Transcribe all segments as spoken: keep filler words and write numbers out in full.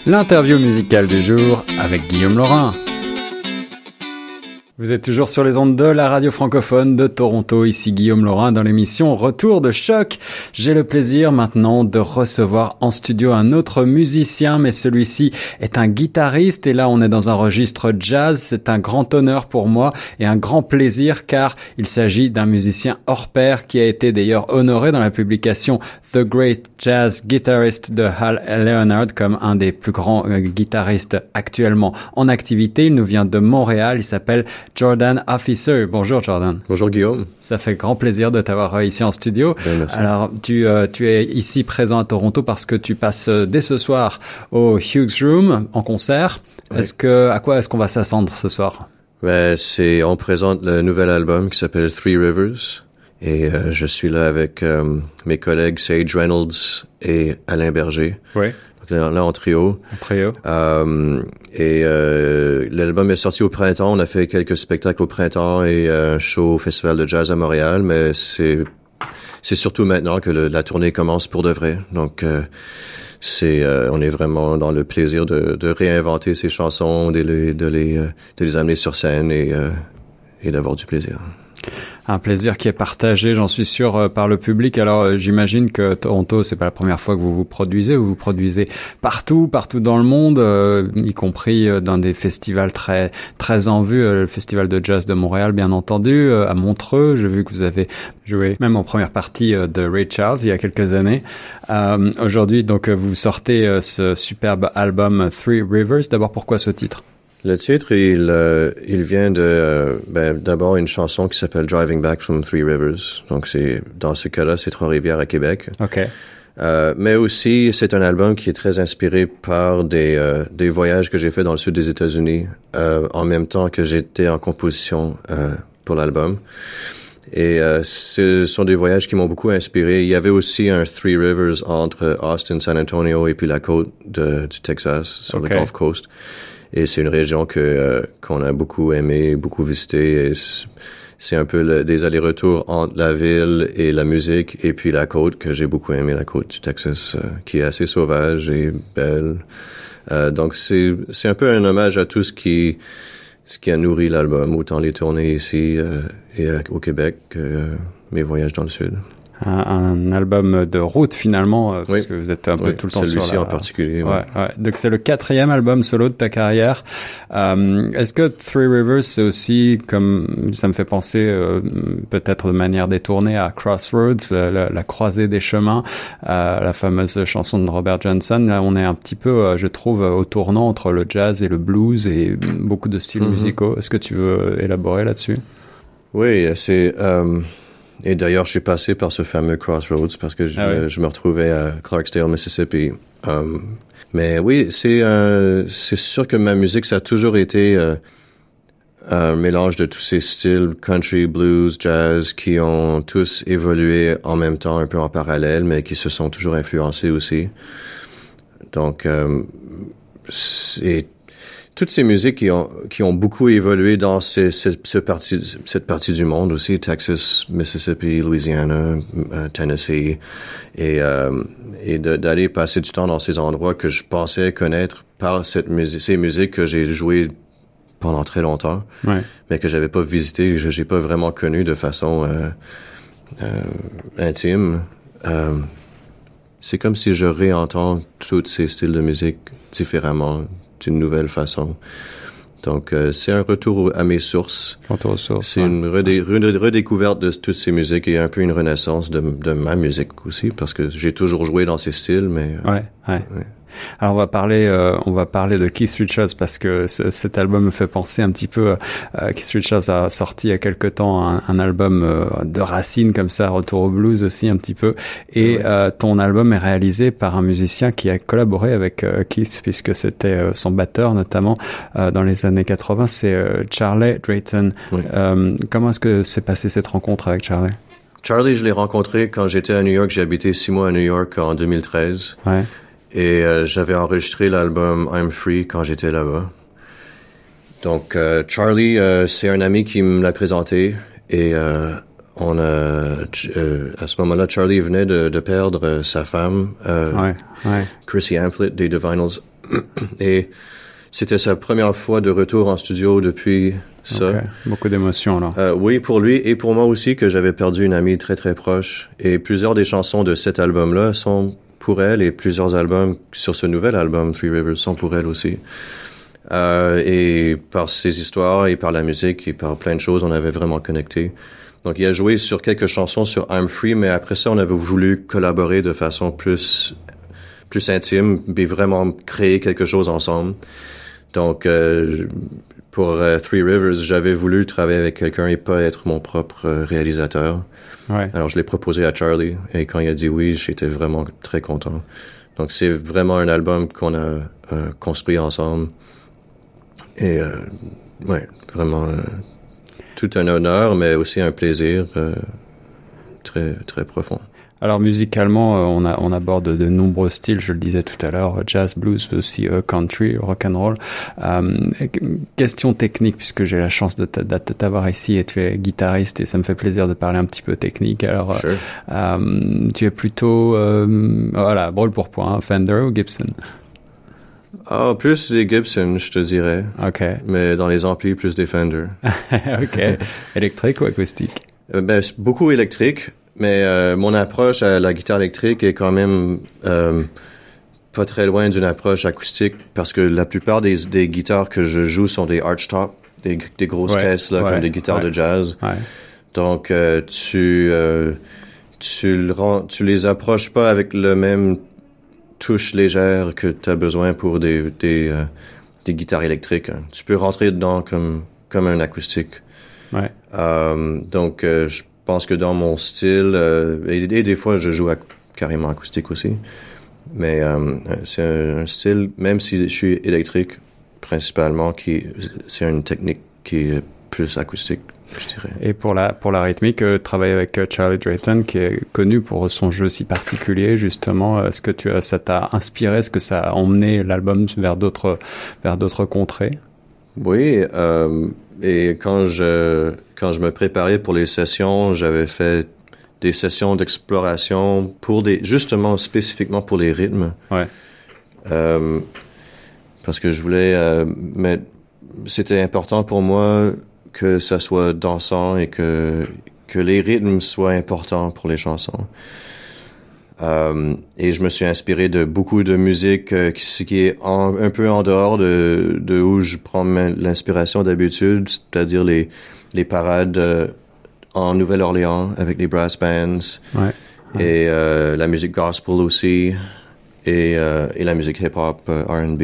L'interview musicale du jour avec Guillaume Laurin. Vous êtes toujours sur les ondes de la radio francophone de Toronto, ici Guillaume Laurin dans l'émission Retour de choc. J'ai le plaisir maintenant de recevoir en studio un autre musicien, mais celui-ci est un guitariste et là on est dans un registre jazz. C'est un grand honneur pour moi et un grand plaisir car il s'agit d'un musicien hors pair qui a été d'ailleurs honoré dans la publication The Great Jazz Guitarist de Hal Leonard comme un des plus grands euh, guitaristes actuellement en activité. Il nous vient de Montréal, il s'appelle Jordan Officer. Bonjour Jordan. Bonjour Guillaume. Ça fait grand plaisir de t'avoir ici en studio. Bien, merci. Alors, tu, euh, tu es ici présent à Toronto parce que tu passes euh, dès ce soir au Hughes Room en concert. Ouais. Est-ce que, à quoi est-ce qu'on va s'attendre ce soir? Ben, c'est, on présente le nouvel album qui s'appelle Three Rivers. Et euh, je suis là avec euh, mes collègues Sage Reynolds et Alain Berger. Oui. Là, là en trio. En trio. Euh, et euh, l'album est sorti au printemps. On a fait quelques spectacles au printemps et un show au Festival de Jazz à Montréal. Mais c'est c'est surtout maintenant que le, la tournée commence pour de vrai. Donc euh, c'est euh, on est vraiment dans le plaisir de, de réinventer ces chansons, de les de les de les amener sur scène et euh, et d'avoir du plaisir. Un plaisir qui est partagé, j'en suis sûr, euh, par le public. Alors, euh, j'imagine que Toronto, c'est pas la première fois que vous vous produisez. Vous vous produisez partout, partout dans le monde, euh, y compris euh, dans des festivals très, très en vue. Euh, le Festival de Jazz de Montréal, bien entendu, euh, à Montreux. J'ai vu que vous avez joué même en première partie euh, de Ray Charles il y a quelques années. Euh, aujourd'hui, donc, euh, vous sortez euh, ce superbe album Three Rivers. D'abord, pourquoi ce titre? Le titre, il, euh, il vient de, euh, ben, d'abord une chanson qui s'appelle Driving Back from Three Rivers. Donc c'est, dans ce cas-là, c'est Trois-Rivières à Québec. OK. Euh, mais aussi, c'est un album qui est très inspiré par des, euh, des voyages que j'ai fait dans le sud des États-Unis, euh, en même temps que j'étais en composition, euh, pour l'album. Et, euh, ce sont des voyages qui m'ont beaucoup inspiré. Il y avait aussi un Three Rivers entre Austin, San Antonio et puis la côte de, du Texas, sur okay. le Gulf Coast. Et c'est une région que euh, qu'on a beaucoup aimé, beaucoup visité. Et c'est un peu le, des allers-retours entre la ville et la musique, et puis la côte que j'ai beaucoup aimé, la côte du Texas, euh, qui est assez sauvage et belle. Euh, donc c'est c'est un peu un hommage à tout ce qui ce qui a nourri l'album, autant les tournées ici euh, et euh, au Québec que euh, mes voyages dans le sud. Un, un album de route finalement, euh, parce oui. que vous êtes un peu oui, tout le temps sur la... celui-ci en particulier. Ouais, ouais. ouais. Donc c'est le quatrième album solo de ta carrière. Euh, est-ce que Three Rivers c'est aussi, comme ça me fait penser euh, peut-être de manière détournée à Crossroads, la, la, la croisée des chemins, euh, la fameuse chanson de Robert Johnson. Là on est un petit peu, euh, je trouve, au tournant entre le jazz et le blues et beaucoup de styles mm-hmm. musicaux. Est-ce que tu veux élaborer là-dessus? Oui, c'est... Euh... Et d'ailleurs, je suis passé par ce fameux Crossroads parce que je, ah oui. je me retrouvais à Clarksdale, Mississippi. Um, mais oui, c'est euh, c'est sûr que ma musique, ça a toujours été euh, un mélange de tous ces styles country, blues, jazz qui ont tous évolué en même temps, un peu en parallèle, mais qui se sont toujours influencés aussi. Donc, euh, c'est toutes ces musiques qui ont qui ont beaucoup évolué dans ces, ces, ce partie, cette partie du monde aussi, Texas, Mississippi, Louisiana, euh, Tennessee, et euh, et de, d'aller passer du temps dans ces endroits que je pensais connaître par cette musique, ces musiques que j'ai jouées pendant très longtemps, ouais. mais que j'avais pas visité, que j'ai pas vraiment connu de façon euh, euh, intime. Euh, c'est comme si je réentends tous ces styles de musique différemment, d'une nouvelle façon. Donc, euh, c'est un retour à mes sources. Retour aux sources. C'est ouais. une redé- redécouverte de toutes ces musiques et un peu une renaissance de, de ma musique aussi, parce que j'ai toujours joué dans ces styles, mais... Ouais, ouais. ouais. Alors on va parler, euh, on va parler de Keith Richards parce que ce, cet album me fait penser un petit peu. Euh, Keith Richards a sorti il y a quelque temps un, un album euh, de racines comme ça, retour au blues aussi un petit peu. Et ouais. euh, ton album est réalisé par un musicien qui a collaboré avec euh, Keith puisque c'était euh, son batteur notamment euh, dans les années quatre-vingts. C'est euh, Charlie Drayton. Oui. Euh, comment est-ce que s'est passée cette rencontre avec Charlie? Charlie, je l'ai rencontré quand j'étais à New York. J'ai habité six mois à New York en deux mille treize. Ouais. Et euh, j'avais enregistré l'album I'm Free quand j'étais là-bas. Donc, euh, Charlie, euh, c'est un ami qui me l'a présenté. Et euh, on a, euh, à ce moment-là, Charlie venait de, de perdre euh, sa femme, euh, ouais, ouais. Chrissy Amphlett des Divinyls. Et c'était sa première fois de retour en studio depuis ça. Okay. Beaucoup d'émotions, là. Euh, oui, pour lui et pour moi aussi, que j'avais perdu une amie très, très proche. Et plusieurs des chansons de cet album-là sont pour elle, et plusieurs albums sur ce nouvel album, Three Rivers, sont pour elle aussi. Euh, et par ses histoires et par la musique et par plein de choses, on avait vraiment connecté. Donc, il a joué sur quelques chansons sur I'm Free, mais après ça, on avait voulu collaborer de façon plus, plus intime, mais vraiment créer quelque chose ensemble. Donc, euh, pour euh, Three Rivers, j'avais voulu travailler avec quelqu'un et pas être mon propre euh, réalisateur. Ouais. Alors, je l'ai proposé à Charlie, et quand il a dit oui, j'étais vraiment très content. Donc, c'est vraiment un album qu'on a euh, construit ensemble. Et, euh, ouais, vraiment, euh, tout un honneur, mais aussi un plaisir euh, très, très profond. Alors musicalement, euh, on, a, on aborde de nombreux styles, je le disais tout à l'heure, jazz, blues, mais aussi euh, country, rock and roll. Euh, question technique, puisque j'ai la chance de, de t'avoir ici et tu es guitariste et ça me fait plaisir de parler un petit peu technique. Alors, sure. euh, tu es plutôt, euh, voilà, brûle pour point, Fender ou Gibson? Ah, oh, plus des Gibson, je te dirais. OK. Mais dans les amplis, plus des Fender. OK. Électrique ou acoustique? Euh, ben, beaucoup électrique. Mais euh, mon approche à la guitare électrique est quand même euh, pas très loin d'une approche acoustique parce que la plupart des, des guitares que je joue sont des archtop, des, des grosses ouais, caisses là, ouais, comme des guitares ouais, de jazz. Ouais. Donc euh, tu euh, tu, le rends, tu les approches pas avec le même touche légère que tu as besoin pour des des, euh, des guitares électriques. Hein. Tu peux rentrer dedans comme comme un acoustique. Ouais. Euh, donc euh, je Je pense que dans mon style, euh, et, et des fois je joue à, carrément acoustique aussi, mais euh, c'est un, un style, même si je suis électrique principalement, qui c'est une technique qui est plus acoustique, je dirais. Et pour la pour la rythmique, euh, travailler avec euh, Charlie Drayton, qui est connu pour son jeu si particulier, justement, est-ce que tu as, ça t'a inspiré, est-ce que ça a emmené l'album vers d'autres vers d'autres contrées? Oui, euh, et quand je quand je me préparais pour les sessions, j'avais fait des sessions d'exploration pour des justement spécifiquement pour les rythmes. Ouais. Euh, parce que je voulais euh, mettre, c'était important pour moi que ça soit dansant et que que les rythmes soient importants pour les chansons. Euh, et je me suis inspiré de beaucoup de musique euh, qui, qui est en, un peu en dehors de, de où je prends ma, l'inspiration d'habitude, c'est-à-dire les, les parades euh, en Nouvelle-Orléans avec les brass bands, ouais, ouais. et euh, la musique gospel aussi, et, euh, et la musique hip-hop, euh, R and B.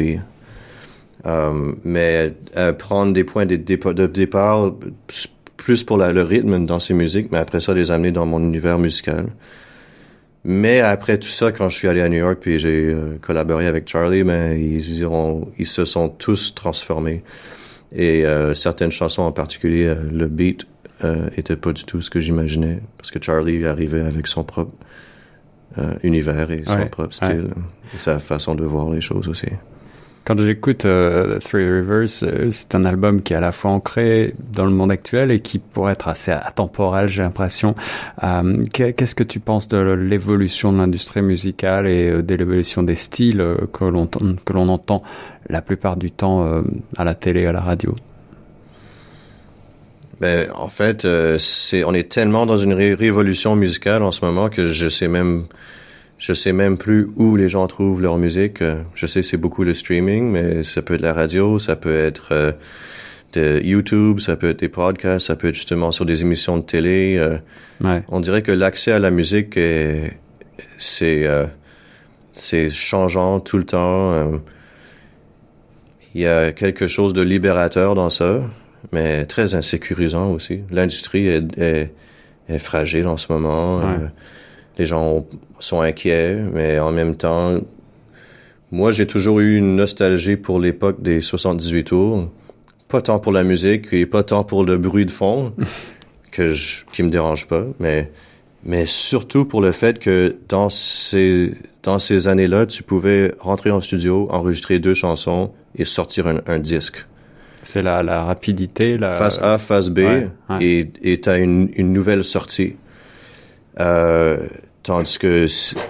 Euh, mais euh, prendre des points de, de, de départ plus pour la, le rythme dans ces musiques, mais après ça les amener dans mon univers musical. Mais après tout ça, quand je suis allé à New York puis j'ai euh, collaboré avec Charlie, mais ils, ont, ils se sont tous transformés. Et euh, certaines chansons en particulier, euh, le beat euh, était pas du tout ce que j'imaginais, parce que Charlie arrivait avec son propre euh, univers et son ouais, propre style, ouais. et sa façon de voir les choses aussi. Quand j'écoute euh, Three Rivers, euh, c'est un album qui est à la fois ancré dans le monde actuel et qui pourrait être assez atemporel, j'ai l'impression. Euh, qu'est-ce que tu penses de l'évolution de l'industrie musicale et euh, de l'évolution des styles euh, que l'on que l'on entend la plupart du temps euh, à la télé, à la radio? Ben, en fait, euh, c'est, on est tellement dans une ré- révolution musicale en ce moment que je sais même Je sais même plus où les gens trouvent leur musique. Je sais c'est beaucoup le streaming, mais ça peut être la radio, ça peut être euh, de YouTube, ça peut être des podcasts, ça peut être justement sur des émissions de télé. Euh, ouais. On dirait que l'accès à la musique est, c'est euh, c'est changeant tout le temps. Euh, il y a quelque chose de libérateur dans ça, mais très insécurisant aussi. L'industrie est, est, est fragile en ce moment. Ouais. Euh, Les gens sont inquiets, mais en même temps, moi, j'ai toujours eu une nostalgie pour l'époque des soixante-dix-huit tours. Pas tant pour la musique et pas tant pour le bruit de fond, que je, qui me dérange pas, mais, mais surtout pour le fait que dans ces, dans ces années-là, tu pouvais rentrer en studio, enregistrer deux chansons et sortir un, un disque. C'est la, la rapidité, la... Face A, face B, ouais, ouais. et, et t'as une, une nouvelle sortie. Euh, tandis que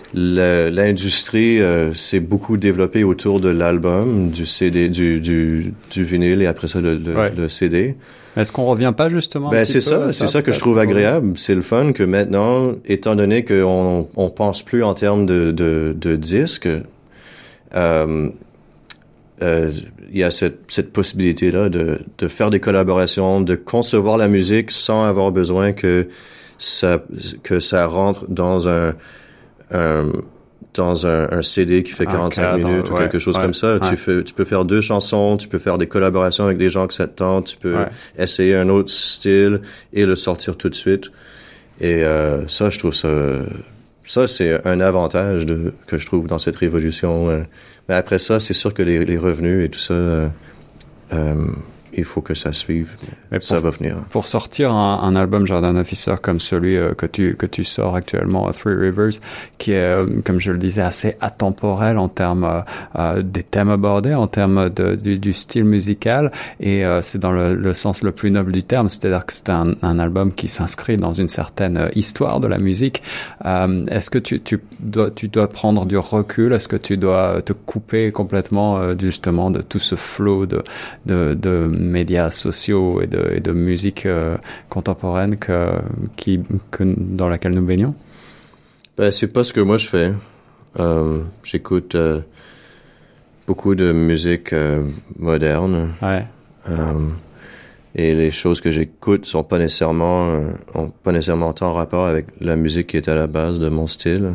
le, l'industrie euh, s'est beaucoup développée autour de l'album, du C D, du, du, du vinyle et après ça le, le, ouais. le C D. Est-ce qu'on revient pas justement ben un c'est petit ça, peu à c'est ça, ça que je trouve agréable. C'est le fun que maintenant, étant donné qu'on on pense plus en termes de, de, de disques, euh, euh, il y a cette, cette possibilité-là de, de faire des collaborations, de concevoir la musique sans avoir besoin que ça, que ça rentre dans un, un dans un, un C D qui fait quarante-cinq cadre, minutes ouais, ou quelque chose ouais, comme ça. Ouais. Tu fais, tu peux faire deux chansons, tu peux faire des collaborations avec des gens que ça te tente, tu peux ouais. essayer un autre style et le sortir tout de suite. Et euh, ça, je trouve ça, ça c'est un avantage de, que je trouve dans cette révolution. Euh. Mais après ça, c'est sûr que les, les revenus et tout ça, euh, euh, il faut que ça suive. Mais pour, ça va venir. Pour sortir un, un album Jordan Officer comme celui euh, que tu que tu sors actuellement, Three Rivers, qui est, euh, comme je le disais, assez atemporel en termes euh, euh, des thèmes abordés, en termes de, du, du style musical, et euh, c'est dans le, le sens le plus noble du terme, c'est-à-dire que c'est un, un album qui s'inscrit dans une certaine histoire de la musique. Euh, est-ce que tu tu dois tu dois prendre du recul? Est-ce que tu dois te couper complètement euh, justement de tout ce flot de de, de médias sociaux et de, et de musique euh, contemporaine que, qui, que, dans laquelle nous baignons? Ben, c'est pas ce que moi je fais. Euh, j'écoute euh, beaucoup de musique euh, moderne. Ouais. Euh, et les choses que j'écoute sont pas nécessairement, euh, ont pas nécessairement en rapport avec la musique qui est à la base de mon style.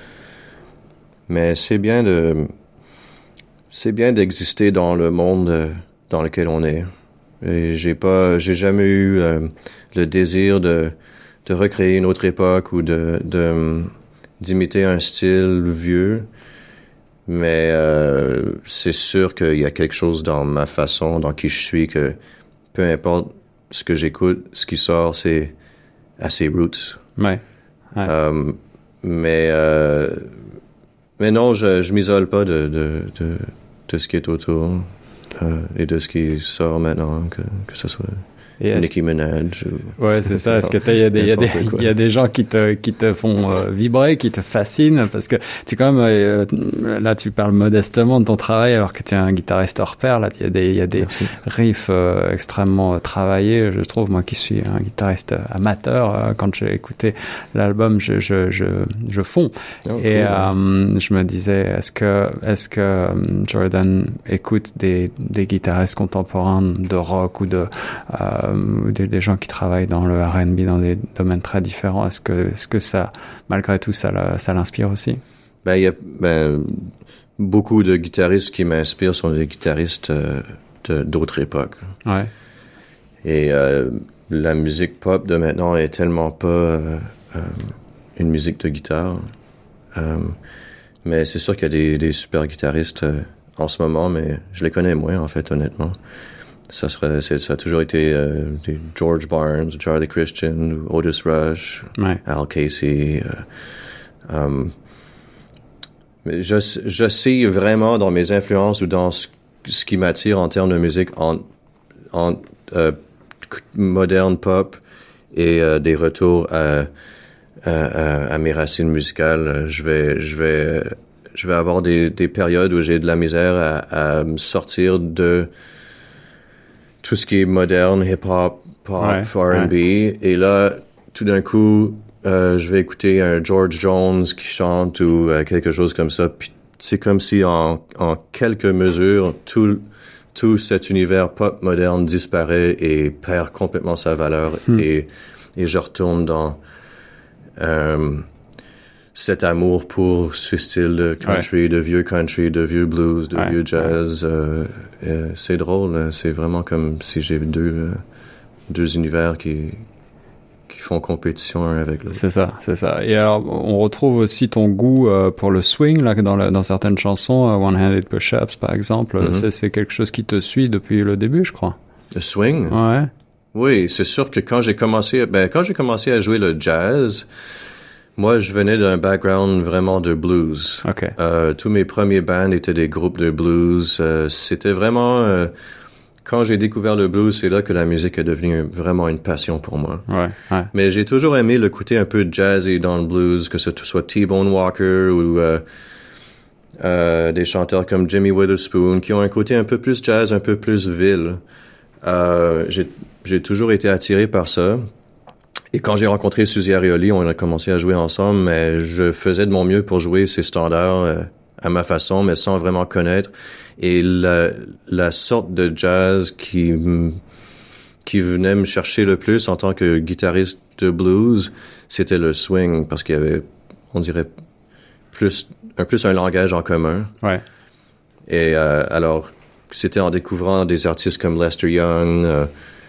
Mais c'est bien de, c'est bien d'exister dans le monde euh, dans lequel on est. Et j'ai pas, j'ai jamais eu euh, le désir de de recréer une autre époque ou de de d'imiter un style vieux. Mais euh, c'est sûr qu'il y a quelque chose dans ma façon, dans qui je suis, que peu importe ce que j'écoute, ce qui sort, c'est assez roots. Ouais. ouais. Euh, mais euh, mais non, je je m'isole pas de de de, de ce qui est autour. Euh, et de ce qui sort maintenant, que, que ce soit et Nicki Minaj. Ou... Ouais, c'est ça. Est-ce que il y a des, il y a des, il y a des gens qui te, qui te font euh, vibrer, qui te fascinent, parce que tu quand même, euh, là, tu parles modestement de ton travail, alors que tu es un guitariste hors pair. Là, il y a des, il y a des Merci. riffs euh, extrêmement travaillés. Je trouve, moi, qui suis un guitariste amateur, euh, quand j'ai écouté l'album, je, je, je, je fonds. Oh, et cool, euh, je me disais, est-ce que, est-ce que Jordan écoute des, des guitaristes contemporains de rock ou de euh, Des, des gens qui travaillent dans le R and B dans des domaines très différents, est-ce que est-ce que ça, malgré tout, ça ça l'inspire aussi? Ben il y a ben beaucoup de guitaristes qui m'inspirent sont des guitaristes euh, de, d'autres époques. Ouais. Et euh, la musique pop de maintenant est tellement pas euh, euh, une musique de guitare. Euh, mais c'est sûr qu'il y a des, des super guitaristes euh, en ce moment, mais je les connais moins en fait, honnêtement. Ça serait, c'est, ça a toujours été euh, George Barnes, Charlie Christian, Otis Rush, ouais. Al Casey. Euh, um, mais je, je sais vraiment dans mes influences ou dans ce, ce qui m'attire en termes de musique en, en euh, moderne pop et euh, des retours à, à, à, à mes racines musicales. Je vais, je vais, je vais avoir des, des périodes où j'ai de la misère à, à me sortir de tout ce qui est moderne, hip-hop, pop, ouais, R and B. Ouais. Et là, tout d'un coup, euh, je vais écouter un George Jones qui chante ou euh, quelque chose comme ça. Puis c'est comme si en, en quelques mesures, tout, tout cet univers pop moderne disparaît et perd complètement sa valeur. Hmm. Et, et je retourne dans euh, cet amour pour ce style de country, ouais. de vieux country, de vieux blues, de ouais. vieux jazz. Ouais. Euh, euh, c'est drôle, c'est vraiment comme si j'ai deux, euh, deux univers qui, qui font compétition un avec l'autre. C'est ça, c'est ça. Et alors, on retrouve aussi ton goût euh, pour le swing, là, dans, la, dans certaines chansons, uh, One-Handed Push-Ups, par exemple. Mm-hmm. C'est, c'est quelque chose qui te suit depuis le début, je crois. Le swing? Ouais. Oui, c'est sûr que quand j'ai commencé, ben, quand j'ai commencé à jouer le jazz, moi, je venais d'un background vraiment de blues. Okay. Euh, tous mes premiers bands étaient des groupes de blues. Euh, c'était vraiment euh, quand j'ai découvert le blues, c'est là que la musique est devenue vraiment une passion pour moi. Ouais, ouais. Mais j'ai toujours aimé le côté un peu jazzy dans le blues, que ce soit T-Bone Walker ou euh, euh, des chanteurs comme Jimmy Witherspoon, qui ont un côté un peu plus jazz, un peu plus ville. Euh, j'ai, j'ai toujours été attiré par ça. Et quand j'ai rencontré Suzy Arioli, on a commencé à jouer ensemble, mais je faisais de mon mieux pour jouer ces standards euh, à ma façon, mais sans vraiment connaître. Et la, la sorte de jazz qui, qui venait me chercher le plus en tant que guitariste de blues, c'était le swing, parce qu'il y avait, on dirait, plus un, plus un langage en commun. Ouais. Et euh, alors, c'était en découvrant des artistes comme Lester Young, euh,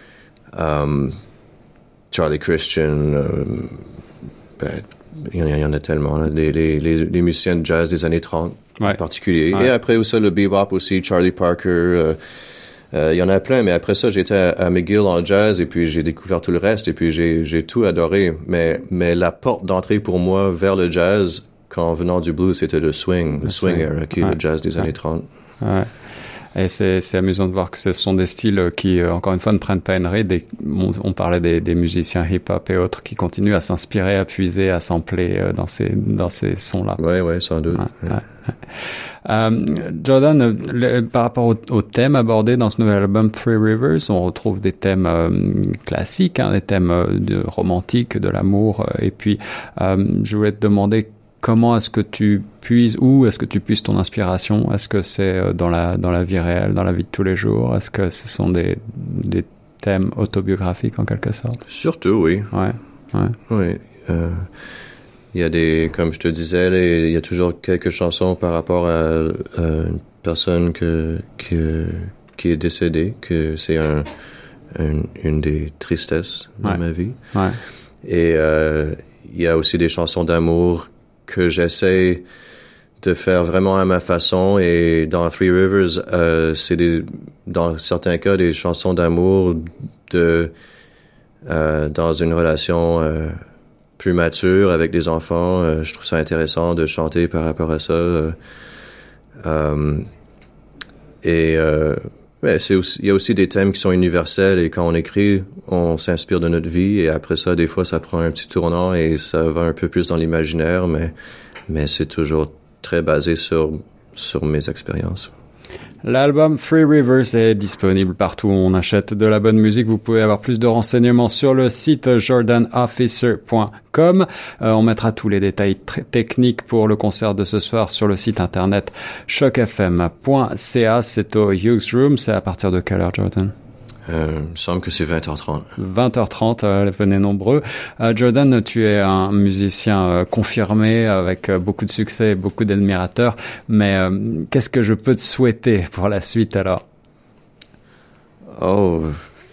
um, Charlie Christian, euh, ben, il y, y en a tellement, là, les, les, les, les musiciens de jazz des années trente. Ouais. En particulier. Ouais. Et après ça, le bebop aussi, Charlie Parker. Euh, euh, il y en a plein, mais après ça, j'étais à, à McGill en jazz et puis j'ai découvert tout le reste et puis j'ai, j'ai tout adoré. Mais, mais la porte d'entrée pour moi vers le jazz, qu'en venant du blues, c'était le swing, le, le swing, swing era, qui ouais. est le jazz des ouais. années trente. Ouais. Et c'est, c'est amusant de voir que ce sont des styles qui, euh, encore une fois, ne prennent pas une ride. Et on, on parlait des, des musiciens hip-hop et autres qui continuent à s'inspirer, à puiser, à sampler euh, dans ces, dans ces sons-là. Ouais, ouais, sans doute. Ouais, ouais. Ouais. Euh, Jordan, le, par rapport au, au thème abordé dans ce nouvel album Three Rivers, on retrouve des thèmes euh, classiques, hein, des thèmes euh, de romantiques, de l'amour. Euh, et puis, euh, je voulais te demander comment est-ce que tu puises, où est-ce que tu puises ton inspiration? Est-ce que c'est dans la, dans la vie réelle, dans la vie de tous les jours? Est-ce que ce sont des, des thèmes autobiographiques en quelque sorte? Surtout, oui. Ouais, ouais. Oui. Euh, il y a des, comme je te disais, les, il y a toujours quelques chansons par rapport à, à une personne que, qui, qui est décédée, que c'est un, un, une des tristesses de ouais. ma vie. Ouais. Et euh, il y a aussi des chansons d'amour que j'essaie de faire vraiment à ma façon. Et dans Three Rivers, euh, c'est des, dans certains cas des chansons d'amour de euh, dans une relation euh, plus mature avec des enfants. Euh, je trouve ça intéressant de chanter par rapport à ça. Euh, euh, et euh, ouais, c'est aussi, il y a aussi des thèmes qui sont universels et quand on écrit, on s'inspire de notre vie et après ça, des fois, ça prend un petit tournant et ça va un peu plus dans l'imaginaire, mais, mais c'est toujours très basé sur, sur mes expériences. L'album Three Rivers est disponible partout où on achète de la bonne musique. Vous pouvez avoir plus de renseignements sur le site jordan officer point com. Euh, on mettra tous les détails très techniques pour le concert de ce soir sur le site internet choc f m point c a. C'est au Hughes Room. C'est à partir de quelle heure, Jordan? Euh, il me semble que c'est vingt heures trente. vingt heures trente, euh, venez nombreux. Euh, Jordan, tu es un musicien euh, confirmé avec euh, beaucoup de succès et beaucoup d'admirateurs, mais euh, qu'est-ce que je peux te souhaiter pour la suite alors? Oh,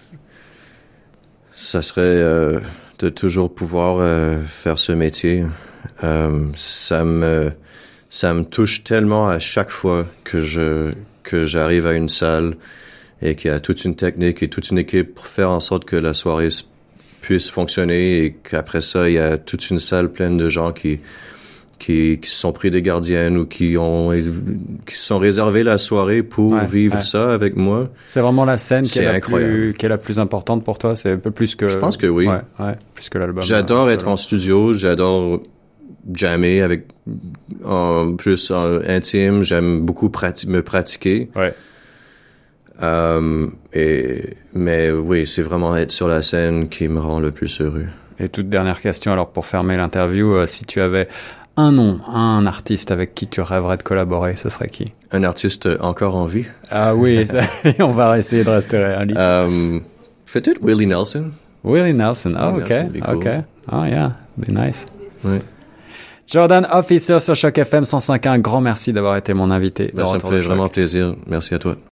ça serait euh, de toujours pouvoir euh, faire ce métier. Euh, ça me ça me touche tellement à chaque fois que je que j'arrive à une salle et qu'il y a toute une technique et toute une équipe pour faire en sorte que la soirée puisse fonctionner et qu'après ça, il y a toute une salle pleine de gens qui qui, qui se sont pris des gardiennes ou qui ont qui se sont réservés la soirée pour ouais, vivre ouais. ça avec moi. C'est vraiment la scène qui est, est la plus qui est la plus importante pour toi, c'est un peu plus que... Je pense que oui. Ouais, ouais, plus que l'album. J'adore euh, être en studio, j'adore jammer avec en plus en intime, j'aime beaucoup prati- me pratiquer. Ouais. Euh, et, mais oui, c'est vraiment être sur la scène qui me rend le plus heureux. Et toute dernière question, alors pour fermer l'interview, euh, si tu avais un nom, un artiste avec qui tu rêverais de collaborer, ce serait qui? Un artiste encore en vie? Ah oui, ça, on va essayer de rester réaliste. Euh, peut-être Willie Nelson. Willie Nelson, oh, Willie ok, Nelson, be cool. ok. Oh yeah, be nice. Oui. Jordan Officer sur Choc F M cent cinq point un, un grand merci d'avoir été mon invité. Ben, ça me fait vraiment plaisir. Merci à toi.